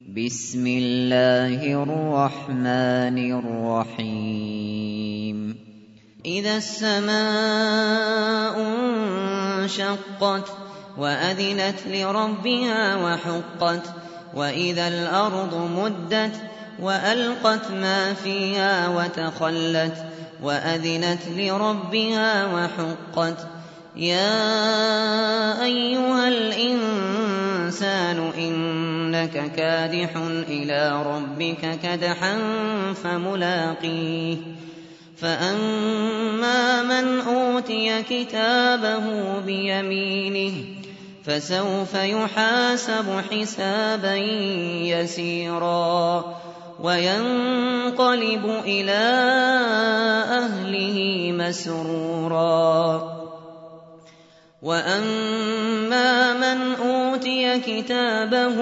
بسم الله الرحمن الرحيم إذا السماء انشقت وأذنت لربها وحقت وإذا الأرض مدت وألقت ما فيها وتخلت وأذنت لربها وحقت يا أيها الإنسان إنك كادح إلى ربك كدحا فملاقيه فأما من أوتي كتابه بيمينه فسوف يحاسب حسابا يسيرا وينقلب إلى أهله مسرورا وأما من أوتي كتابه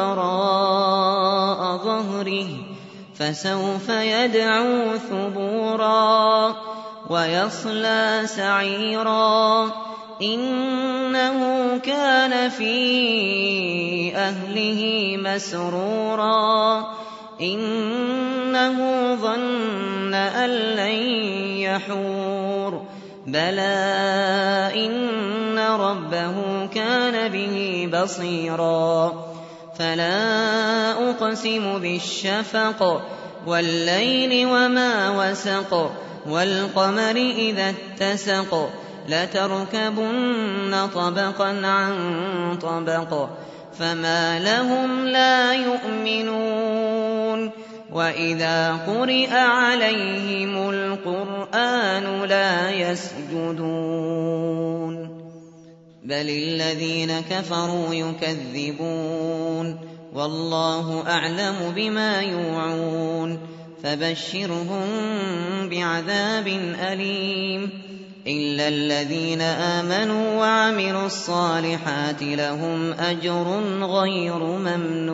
وراء ظهره فسوف يدعو ثبورا ويصلى سعيرا إنه كان في أهله مسرورا إنه ظن أن لن يحور بلى إن ربه كان به بصيرا فلا أقسم بالشفق والليل وما وسق والقمر إذا اتسق لتركبن طبقا عن طبق فما لهم لا يؤمنون وإذا قرئ عليهم القرآن لا يسجدون بل الذين كفروا يكذبون والله أعلم بما يوعون فبشرهم بعذاب أليم إلا الذين آمنوا وعملوا الصالحات لهم أجر غير ممنون